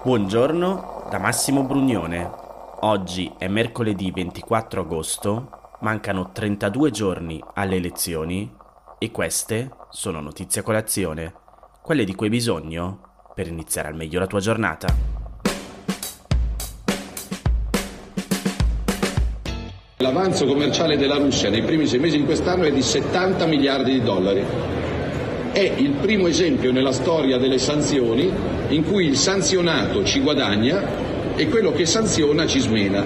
Buongiorno da Massimo Brugnone. Oggi è mercoledì 24 agosto, mancano 32 giorni alle elezioni e queste sono notizie a colazione, quelle di cui hai bisogno per iniziare al meglio la tua giornata. L'avanzo commerciale della Russia nei primi 6 mesi di quest'anno è di 70 miliardi di dollari. È il primo esempio nella storia delle sanzioni in cui il sanzionato ci guadagna e quello che sanziona ci smena.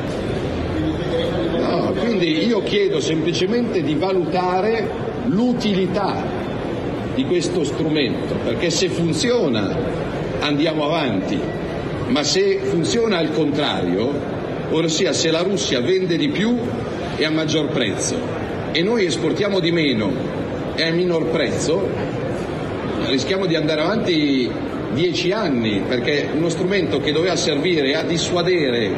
Quindi io chiedo semplicemente di valutare l'utilità di questo strumento, perché se funziona andiamo avanti, ma se funziona al contrario, ossia se la Russia vende di più e a maggior prezzo e noi esportiamo di meno e a minor prezzo, rischiamo di andare avanti 10 anni, perché uno strumento che doveva servire a dissuadere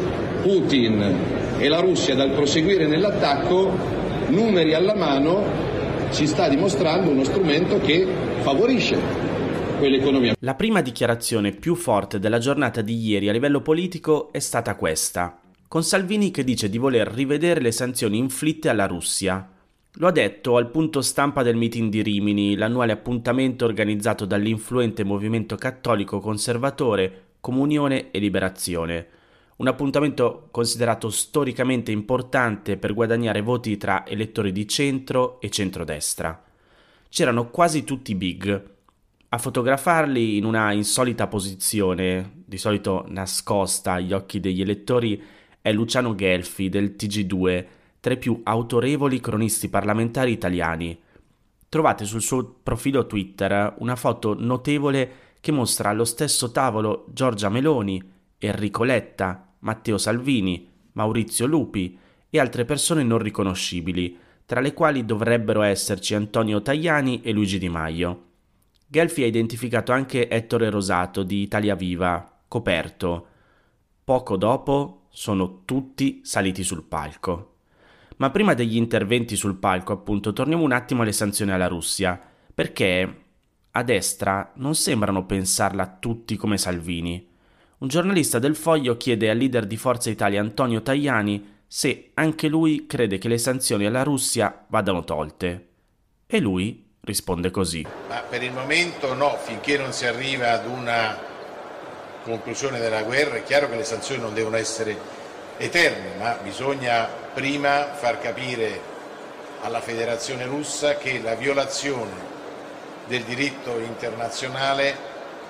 Putin e la Russia dal proseguire nell'attacco, numeri alla mano, si sta dimostrando uno strumento che favorisce quell'economia. La prima dichiarazione più forte della giornata di ieri a livello politico è stata questa, con Salvini che dice di voler rivedere le sanzioni inflitte alla Russia. Lo ha detto al punto stampa del meeting di Rimini, l'annuale appuntamento organizzato dall'influente movimento cattolico conservatore Comunione e Liberazione. Un appuntamento considerato storicamente importante per guadagnare voti tra elettori di centro e centrodestra. C'erano quasi tutti big. A fotografarli in una insolita posizione, di solito nascosta agli occhi degli elettori, è Luciano Guelfi del TG2, tra i più autorevoli cronisti parlamentari italiani. Trovate sul suo profilo Twitter una foto notevole che mostra allo stesso tavolo Giorgia Meloni, Enrico Letta, Matteo Salvini, Maurizio Lupi e altre persone non riconoscibili, tra le quali dovrebbero esserci Antonio Tajani e Luigi Di Maio. Guelfi ha identificato anche Ettore Rosato di Italia Viva, coperto. Poco dopo sono tutti saliti sul palco. Ma prima degli interventi sul palco, appunto, torniamo un attimo alle sanzioni alla Russia, perché a destra non sembrano pensarla tutti come Salvini. Un giornalista del Foglio chiede al leader di Forza Italia Antonio Tajani se anche lui crede che le sanzioni alla Russia vadano tolte. E lui risponde così. Ma per il momento no, finché non si arriva ad una conclusione della guerra è chiaro che le sanzioni non devono essere eterne, ma bisogna prima far capire alla Federazione Russa che la violazione del diritto internazionale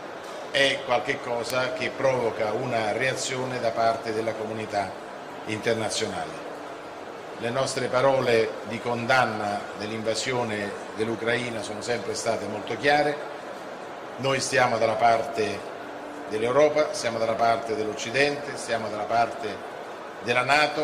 è qualcosa che provoca una reazione da parte della comunità internazionale. Le nostre parole di condanna dell'invasione dell'Ucraina sono sempre state molto chiare. Noi stiamo dalla parte dell'Europa, stiamo dalla parte dell'Occidente, stiamo dalla parte della NATO,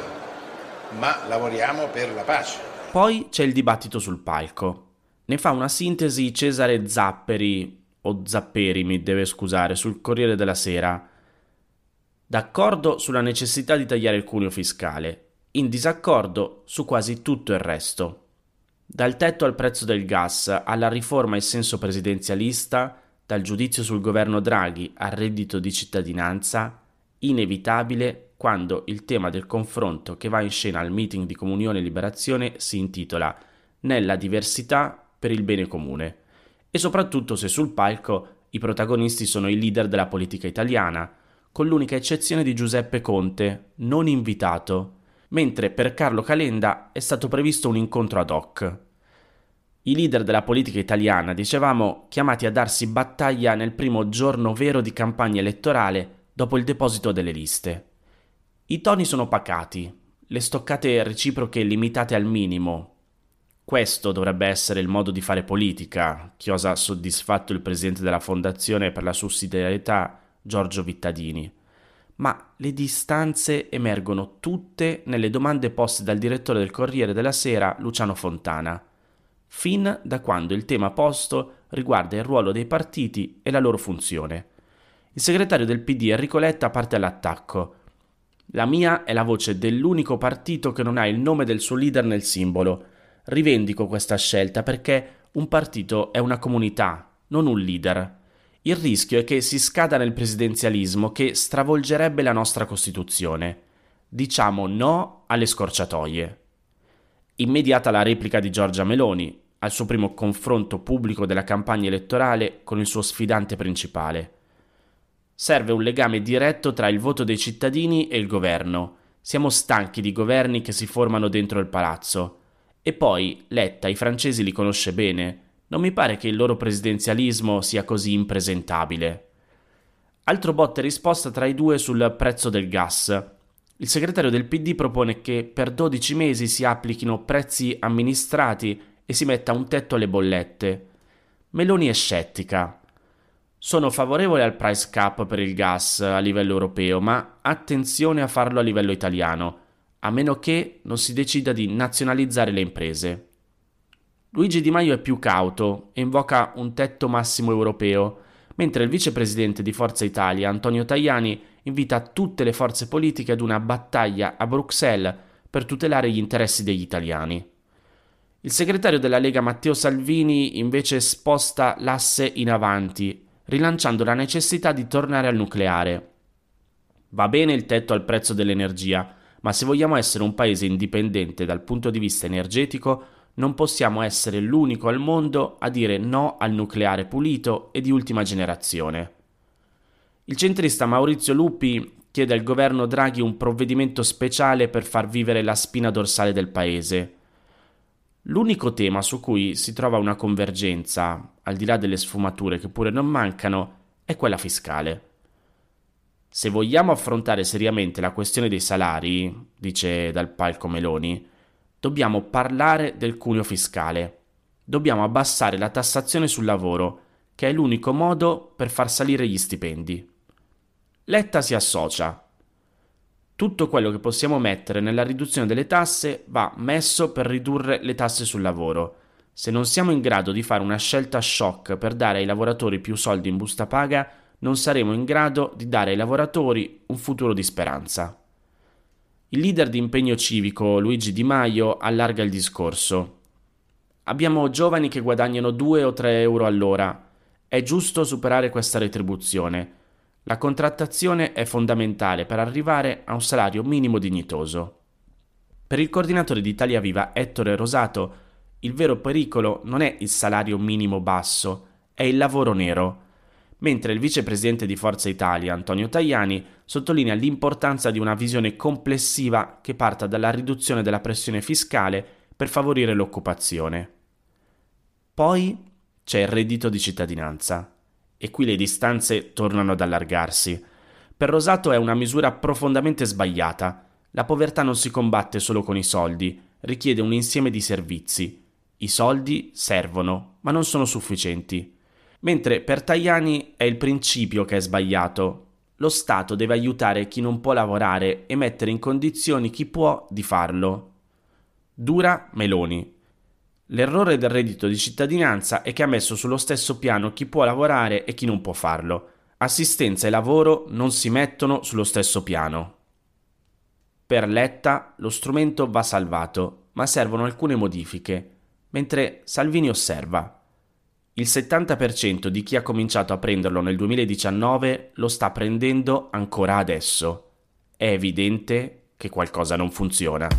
ma lavoriamo per la pace. Poi c'è il dibattito sul palco. Ne fa una sintesi Cesare Zapperi, o Zapperi mi deve scusare, sul Corriere della Sera. D'accordo sulla necessità di tagliare il cuneo fiscale, in disaccordo su quasi tutto il resto. Dal tetto al prezzo del gas, alla riforma in senso presidenzialista, dal giudizio sul governo Draghi al reddito di cittadinanza, inevitabile quando il tema del confronto che va in scena al meeting di Comunione e Liberazione si intitola Nella diversità per il bene comune, e soprattutto se sul palco i protagonisti sono i leader della politica italiana, con l'unica eccezione di Giuseppe Conte, non invitato, mentre per Carlo Calenda è stato previsto un incontro ad hoc. I leader della politica italiana, dicevamo, chiamati a darsi battaglia nel primo giorno vero di campagna elettorale dopo il deposito delle liste. I toni sono pacati, le stoccate reciproche limitate al minimo. Questo dovrebbe essere il modo di fare politica, chiosa soddisfatto il presidente della Fondazione per la Sussidiarietà, Giorgio Vittadini. Ma le distanze emergono tutte nelle domande poste dal direttore del Corriere della Sera, Luciano Fontana, fin da quando il tema posto riguarda il ruolo dei partiti e la loro funzione. Il segretario del PD, Enrico Letta, parte all'attacco. La mia è la voce dell'unico partito che non ha il nome del suo leader nel simbolo. Rivendico questa scelta perché un partito è una comunità, non un leader. Il rischio è che si scada nel presidenzialismo che stravolgerebbe la nostra Costituzione. Diciamo no alle scorciatoie. Immediata la replica di Giorgia Meloni al suo primo confronto pubblico della campagna elettorale con il suo sfidante principale. Serve un legame diretto tra il voto dei cittadini e il governo. Siamo stanchi di governi che si formano dentro il palazzo. E poi Letta i francesi li conosce bene. Non mi pare che il loro presidenzialismo sia così impresentabile. Altro botta e risposta tra i due sul prezzo del gas. Il segretario del PD propone che per 12 mesi si applichino prezzi amministrati e si metta un tetto alle bollette. Meloni è scettica. Sono favorevole al price cap per il gas a livello europeo, ma attenzione a farlo a livello italiano, a meno che non si decida di nazionalizzare le imprese. Luigi Di Maio è più cauto e invoca un tetto massimo europeo, mentre il vicepresidente di Forza Italia, Antonio Tajani, invita tutte le forze politiche ad una battaglia a Bruxelles per tutelare gli interessi degli italiani. Il segretario della Lega Matteo Salvini invece sposta l'asse in avanti, rilanciando la necessità di tornare al nucleare. Va bene il tetto al prezzo dell'energia, ma se vogliamo essere un paese indipendente dal punto di vista energetico, non possiamo essere l'unico al mondo a dire no al nucleare pulito e di ultima generazione. Il centrista Maurizio Lupi chiede al governo Draghi un provvedimento speciale per far vivere la spina dorsale del paese. L'unico tema su cui si trova una convergenza, al di là delle sfumature che pure non mancano, è quella fiscale. Se vogliamo affrontare seriamente la questione dei salari, dice dal palco Meloni, dobbiamo parlare del cuneo fiscale. Dobbiamo abbassare la tassazione sul lavoro, che è l'unico modo per far salire gli stipendi. Letta si associa. Tutto quello che possiamo mettere nella riduzione delle tasse va messo per ridurre le tasse sul lavoro. Se non siamo in grado di fare una scelta shock per dare ai lavoratori più soldi in busta paga, non saremo in grado di dare ai lavoratori un futuro di speranza. Il leader di Impegno Civico, Luigi Di Maio, allarga il discorso. Abbiamo giovani che guadagnano 2 o 3 euro all'ora. È giusto superare questa retribuzione. La contrattazione è fondamentale per arrivare a un salario minimo dignitoso. Per il coordinatore di Italia Viva, Ettore Rosato, il vero pericolo non è il salario minimo basso, è il lavoro nero. Mentre il vicepresidente di Forza Italia, Antonio Tajani, sottolinea l'importanza di una visione complessiva che parta dalla riduzione della pressione fiscale per favorire l'occupazione. Poi c'è il reddito di cittadinanza. E qui le distanze tornano ad allargarsi. Per Rosato è una misura profondamente sbagliata. La povertà non si combatte solo con i soldi, richiede un insieme di servizi. I soldi servono, ma non sono sufficienti. Mentre per Tajani è il principio che è sbagliato. Lo Stato deve aiutare chi non può lavorare e mettere in condizioni chi può di farlo. Dura Meloni. L'errore del reddito di cittadinanza è che ha messo sullo stesso piano chi può lavorare e chi non può farlo. Assistenza e lavoro non si mettono sullo stesso piano. Per Letta lo strumento va salvato, ma servono alcune modifiche, mentre Salvini osserva. Il 70% di chi ha cominciato a prenderlo nel 2019 lo sta prendendo ancora adesso. È evidente che qualcosa non funziona.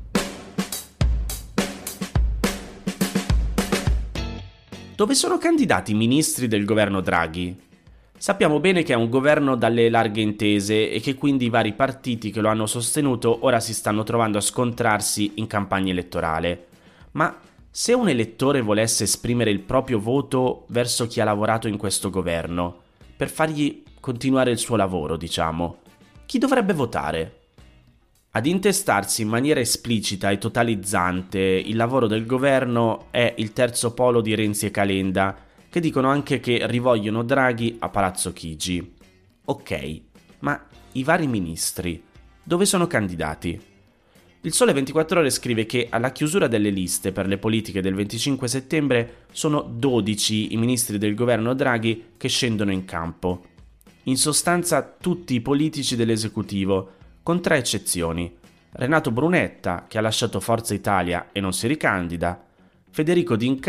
Dove sono candidati i ministri del governo Draghi? Sappiamo bene che è un governo dalle larghe intese e che quindi i vari partiti che lo hanno sostenuto ora si stanno trovando a scontrarsi in campagna elettorale. Ma se un elettore volesse esprimere il proprio voto verso chi ha lavorato in questo governo, per fargli continuare il suo lavoro, diciamo, chi dovrebbe votare? Ad intestarsi in maniera esplicita e totalizzante il lavoro del governo è il terzo polo di Renzi e Calenda, che dicono anche che rivogliono Draghi a Palazzo Chigi. Ok, ma i vari ministri dove sono candidati? Il Sole 24 Ore scrive che alla chiusura delle liste per le politiche del 25 settembre sono 12 i ministri del governo Draghi che scendono in campo. In sostanza tutti i politici dell'esecutivo, con 3 eccezioni: Renato Brunetta, che ha lasciato Forza Italia e non si ricandida, Federico D'Incà,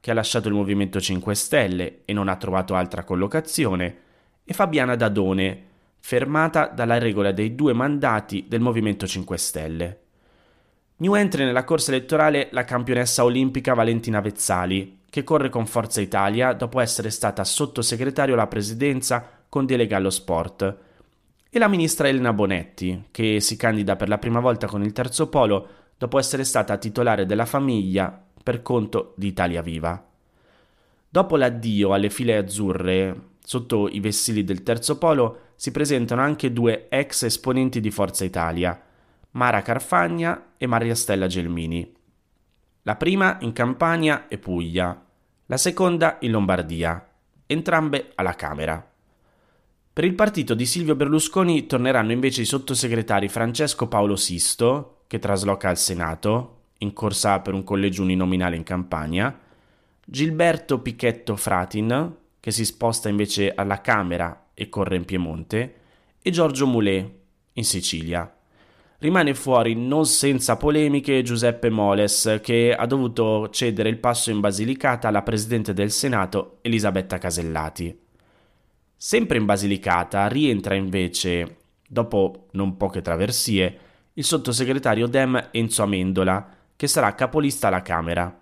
che ha lasciato il Movimento 5 Stelle e non ha trovato altra collocazione, e Fabiana Dadone, fermata dalla regola dei 2 mandati del Movimento 5 Stelle. New entry nella corsa elettorale la campionessa olimpica Valentina Vezzali, che corre con Forza Italia dopo essere stata sottosegretario alla presidenza con delega allo sport, e la ministra Elena Bonetti, che si candida per la prima volta con il Terzo Polo dopo essere stata titolare della famiglia per conto di Italia Viva. Dopo l'addio alle file azzurre, sotto i vessilli del Terzo Polo si presentano anche 2 ex esponenti di Forza Italia, Mara Carfagna e Maria Stella Gelmini. La prima in Campania e Puglia, la seconda in Lombardia, entrambe alla Camera. Per il partito di Silvio Berlusconi torneranno invece i sottosegretari Francesco Paolo Sisto, che trasloca al Senato, in corsa per un collegio uninominale in Campania, Gilberto Pichetto Fratin, che si sposta invece alla Camera e corre in Piemonte, e Giorgio Mulè, in Sicilia. Rimane fuori, non senza polemiche, Giuseppe Moles, che ha dovuto cedere il passo in Basilicata alla Presidente del Senato Elisabetta Casellati. Sempre in Basilicata rientra invece, dopo non poche traversie, il sottosegretario Dem Enzo Amendola, che sarà capolista alla Camera.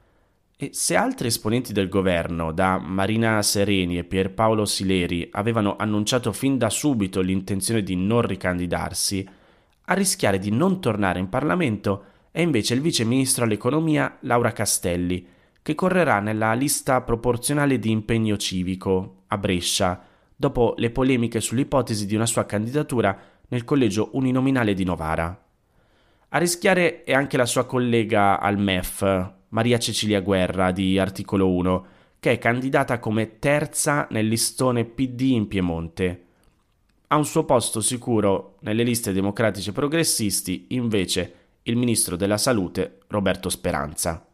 E se altri esponenti del governo, da Marina Sereni e Pierpaolo Sileri, avevano annunciato fin da subito l'intenzione di non ricandidarsi, a rischiare di non tornare in Parlamento è invece il vice ministro all'economia Laura Castelli, che correrà nella lista proporzionale di impegno civico a Brescia, dopo le polemiche sull'ipotesi di una sua candidatura nel collegio uninominale di Novara. A rischiare è anche la sua collega al MEF, Maria Cecilia Guerra di Articolo 1, che è candidata come terza nel listone PD in Piemonte. Ha un suo posto sicuro nelle liste democratici e progressisti, invece, il ministro della Salute Roberto Speranza.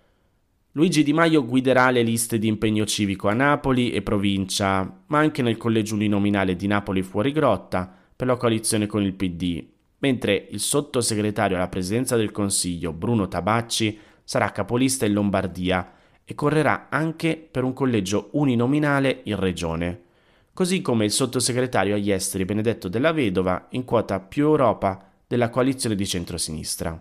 Luigi Di Maio guiderà le liste di impegno civico a Napoli e provincia, ma anche nel collegio uninominale di Napoli Fuorigrotta per la coalizione con il PD, mentre il sottosegretario alla presidenza del Consiglio Bruno Tabacci sarà capolista in Lombardia e correrà anche per un collegio uninominale in regione, così come il sottosegretario agli esteri Benedetto Della Vedova in quota più Europa della coalizione di centrosinistra.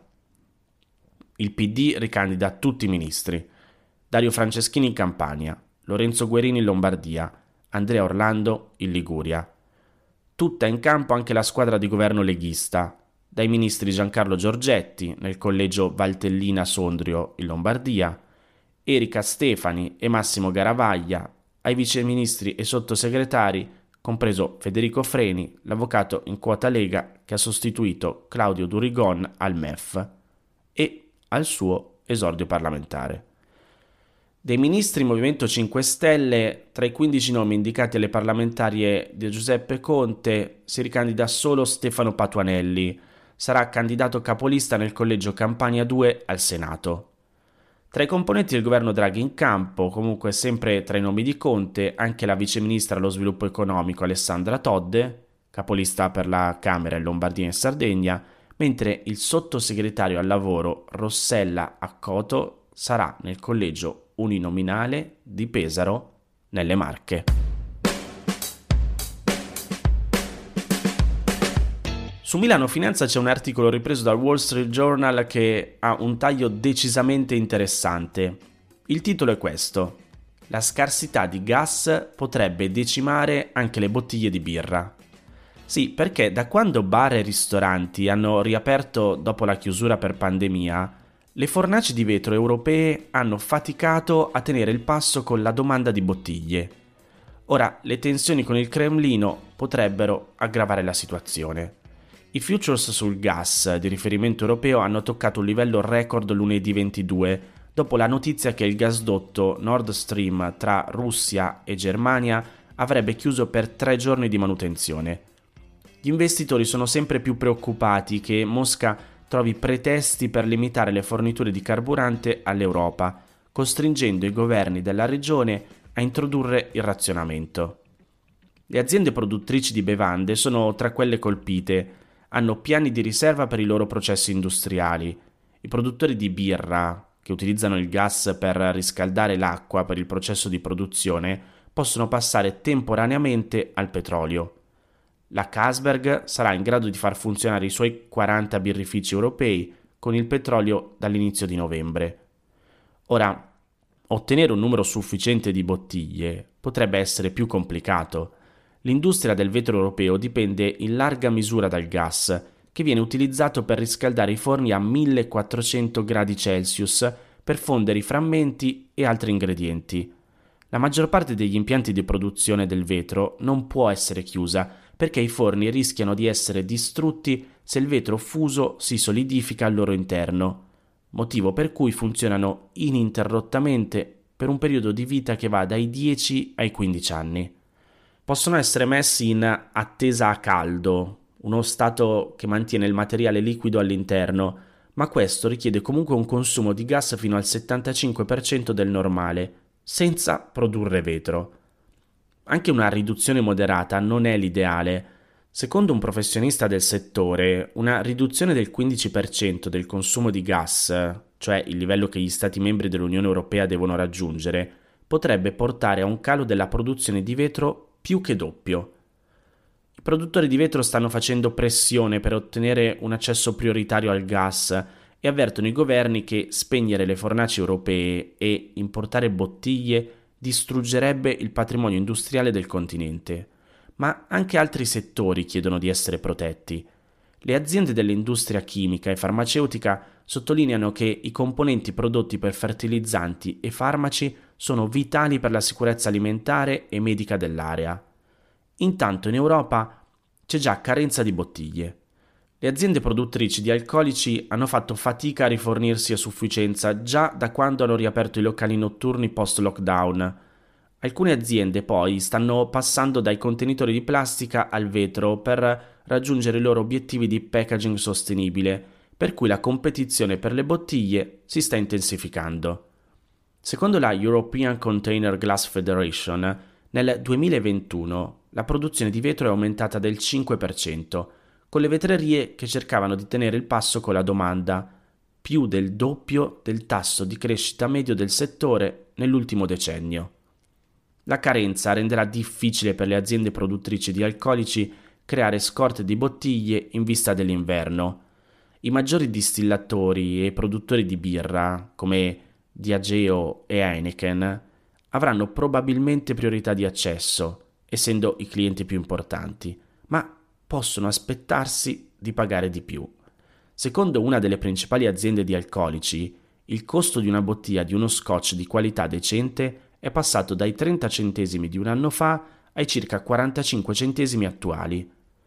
Il PD ricandida tutti i ministri: Dario Franceschini in Campania, Lorenzo Guerini in Lombardia, Andrea Orlando in Liguria. Tutta in campo anche la squadra di governo leghista, dai ministri Giancarlo Giorgetti nel collegio Valtellina Sondrio in Lombardia, Erika Stefani e Massimo Garavaglia, ai viceministri e sottosegretari, compreso Federico Freni, l'avvocato in quota Lega che ha sostituito Claudio Durigon al MEF, e al suo esordio parlamentare. Dei ministri Movimento 5 Stelle, tra i 15 nomi indicati alle parlamentarie di Giuseppe Conte, si ricandida solo Stefano Patuanelli. Sarà candidato capolista nel collegio Campania 2 al Senato. Tra i componenti del governo Draghi in campo, comunque sempre tra i nomi di Conte, anche la viceministra allo sviluppo economico Alessandra Todde, capolista per la Camera in Lombardia e Sardegna, mentre il sottosegretario al lavoro Rossella Accoto sarà nel collegio uninominale di Pesaro nelle Marche. Su Milano Finanza c'è un articolo ripreso dal Wall Street Journal che ha un taglio decisamente interessante. Il titolo è questo: la scarsità di gas potrebbe decimare anche le bottiglie di birra. Sì, perché da quando bar e ristoranti hanno riaperto dopo la chiusura per pandemia, le fornaci di vetro europee hanno faticato a tenere il passo con la domanda di bottiglie. Ora, le tensioni con il Cremlino potrebbero aggravare la situazione. I futures sul gas di riferimento europeo hanno toccato un livello record lunedì 22, dopo la notizia che il gasdotto Nord Stream tra Russia e Germania avrebbe chiuso per 3 giorni di manutenzione. Gli investitori sono sempre più preoccupati che Mosca trovi pretesti per limitare le forniture di carburante all'Europa, costringendo i governi della regione a introdurre il razionamento. Le aziende produttrici di bevande sono tra quelle colpite, hanno piani di riserva per i loro processi industriali. I produttori di birra, che utilizzano il gas per riscaldare l'acqua per il processo di produzione, possono passare temporaneamente al petrolio. La Carlsberg sarà in grado di far funzionare i suoi 40 birrifici europei con il petrolio dall'inizio di novembre. Ora, ottenere un numero sufficiente di bottiglie potrebbe essere più complicato. L'industria del vetro europeo dipende in larga misura dal gas, che viene utilizzato per riscaldare i forni a 1400 gradi Celsius per fondere i frammenti e altri ingredienti. La maggior parte degli impianti di produzione del vetro non può essere chiusa perché i forni rischiano di essere distrutti se il vetro fuso si solidifica al loro interno, motivo per cui funzionano ininterrottamente per un periodo di vita che va dai 10 ai 15 anni. Possono essere messi in attesa a caldo, uno stato che mantiene il materiale liquido all'interno, ma questo richiede comunque un consumo di gas fino al 75% del normale, senza produrre vetro. Anche una riduzione moderata non è l'ideale. Secondo un professionista del settore, una riduzione del 15% del consumo di gas, cioè il livello che gli Stati membri dell'Unione Europea devono raggiungere, potrebbe portare a un calo della produzione di vetro più che doppio. I produttori di vetro stanno facendo pressione per ottenere un accesso prioritario al gas e avvertono i governi che spegnere le fornaci europee e importare bottiglie distruggerebbe il patrimonio industriale del continente. Ma anche altri settori chiedono di essere protetti. Le aziende dell'industria chimica e farmaceutica sottolineano che i componenti prodotti per fertilizzanti e farmaci sono vitali per la sicurezza alimentare e medica dell'area. Intanto in Europa c'è già carenza di bottiglie. Le aziende produttrici di alcolici hanno fatto fatica a rifornirsi a sufficienza già da quando hanno riaperto i locali notturni post-lockdown. Alcune aziende poi stanno passando dai contenitori di plastica al vetro per raggiungere i loro obiettivi di packaging sostenibile, per cui la competizione per le bottiglie si sta intensificando. Secondo la European Container Glass Federation, nel 2021 la produzione di vetro è aumentata del 5%, con le vetrerie che cercavano di tenere il passo con la domanda, più del doppio del tasso di crescita medio del settore nell'ultimo decennio. La carenza renderà difficile per le aziende produttrici di alcolici creare scorte di bottiglie in vista dell'inverno. I maggiori distillatori e produttori di birra, come Diageo e Heineken, avranno probabilmente priorità di accesso, essendo i clienti più importanti, ma possono aspettarsi di pagare di più. Secondo una delle principali aziende di alcolici, il costo di una bottiglia di uno scotch di qualità decente è passato dai 30 centesimi di un anno fa ai circa 45 centesimi attuali.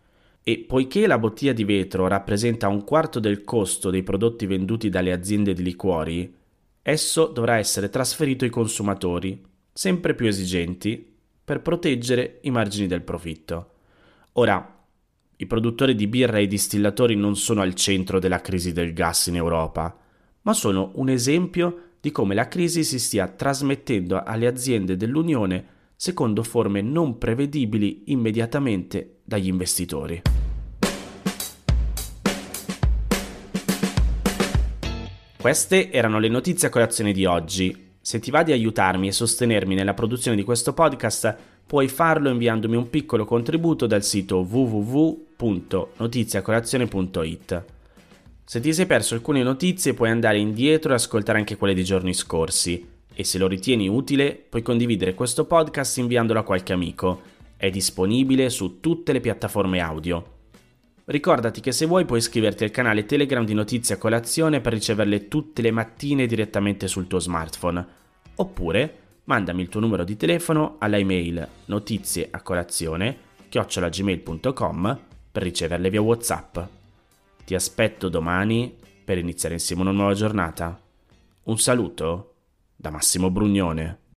E poiché la bottiglia di vetro rappresenta un quarto del costo dei prodotti venduti dalle aziende di liquori, esso dovrà essere trasferito ai consumatori, sempre più esigenti, per proteggere i margini del profitto. Ora, i produttori di birra e i distillatori non sono al centro della crisi del gas in Europa, ma sono un esempio di come la crisi si stia trasmettendo alle aziende dell'Unione secondo forme non prevedibili immediatamente dagli investitori. Queste erano le notizie a colazione di oggi. Se ti va di aiutarmi e sostenermi nella produzione di questo podcast, puoi farlo inviandomi un piccolo contributo dal sito www.notiziacolazione.it. Se ti sei perso alcune notizie puoi andare indietro e ascoltare anche quelle dei giorni scorsi e se lo ritieni utile puoi condividere questo podcast inviandolo a qualche amico. È disponibile su tutte le piattaforme audio. Ricordati che se vuoi puoi iscriverti al canale Telegram di Notizie a Colazione per riceverle tutte le mattine direttamente sul tuo smartphone. Oppure mandami il tuo numero di telefono alla email notizieacolazione@gmail.com per riceverle via WhatsApp. Ti aspetto domani per iniziare insieme una nuova giornata. Un saluto da Massimo Brugnone.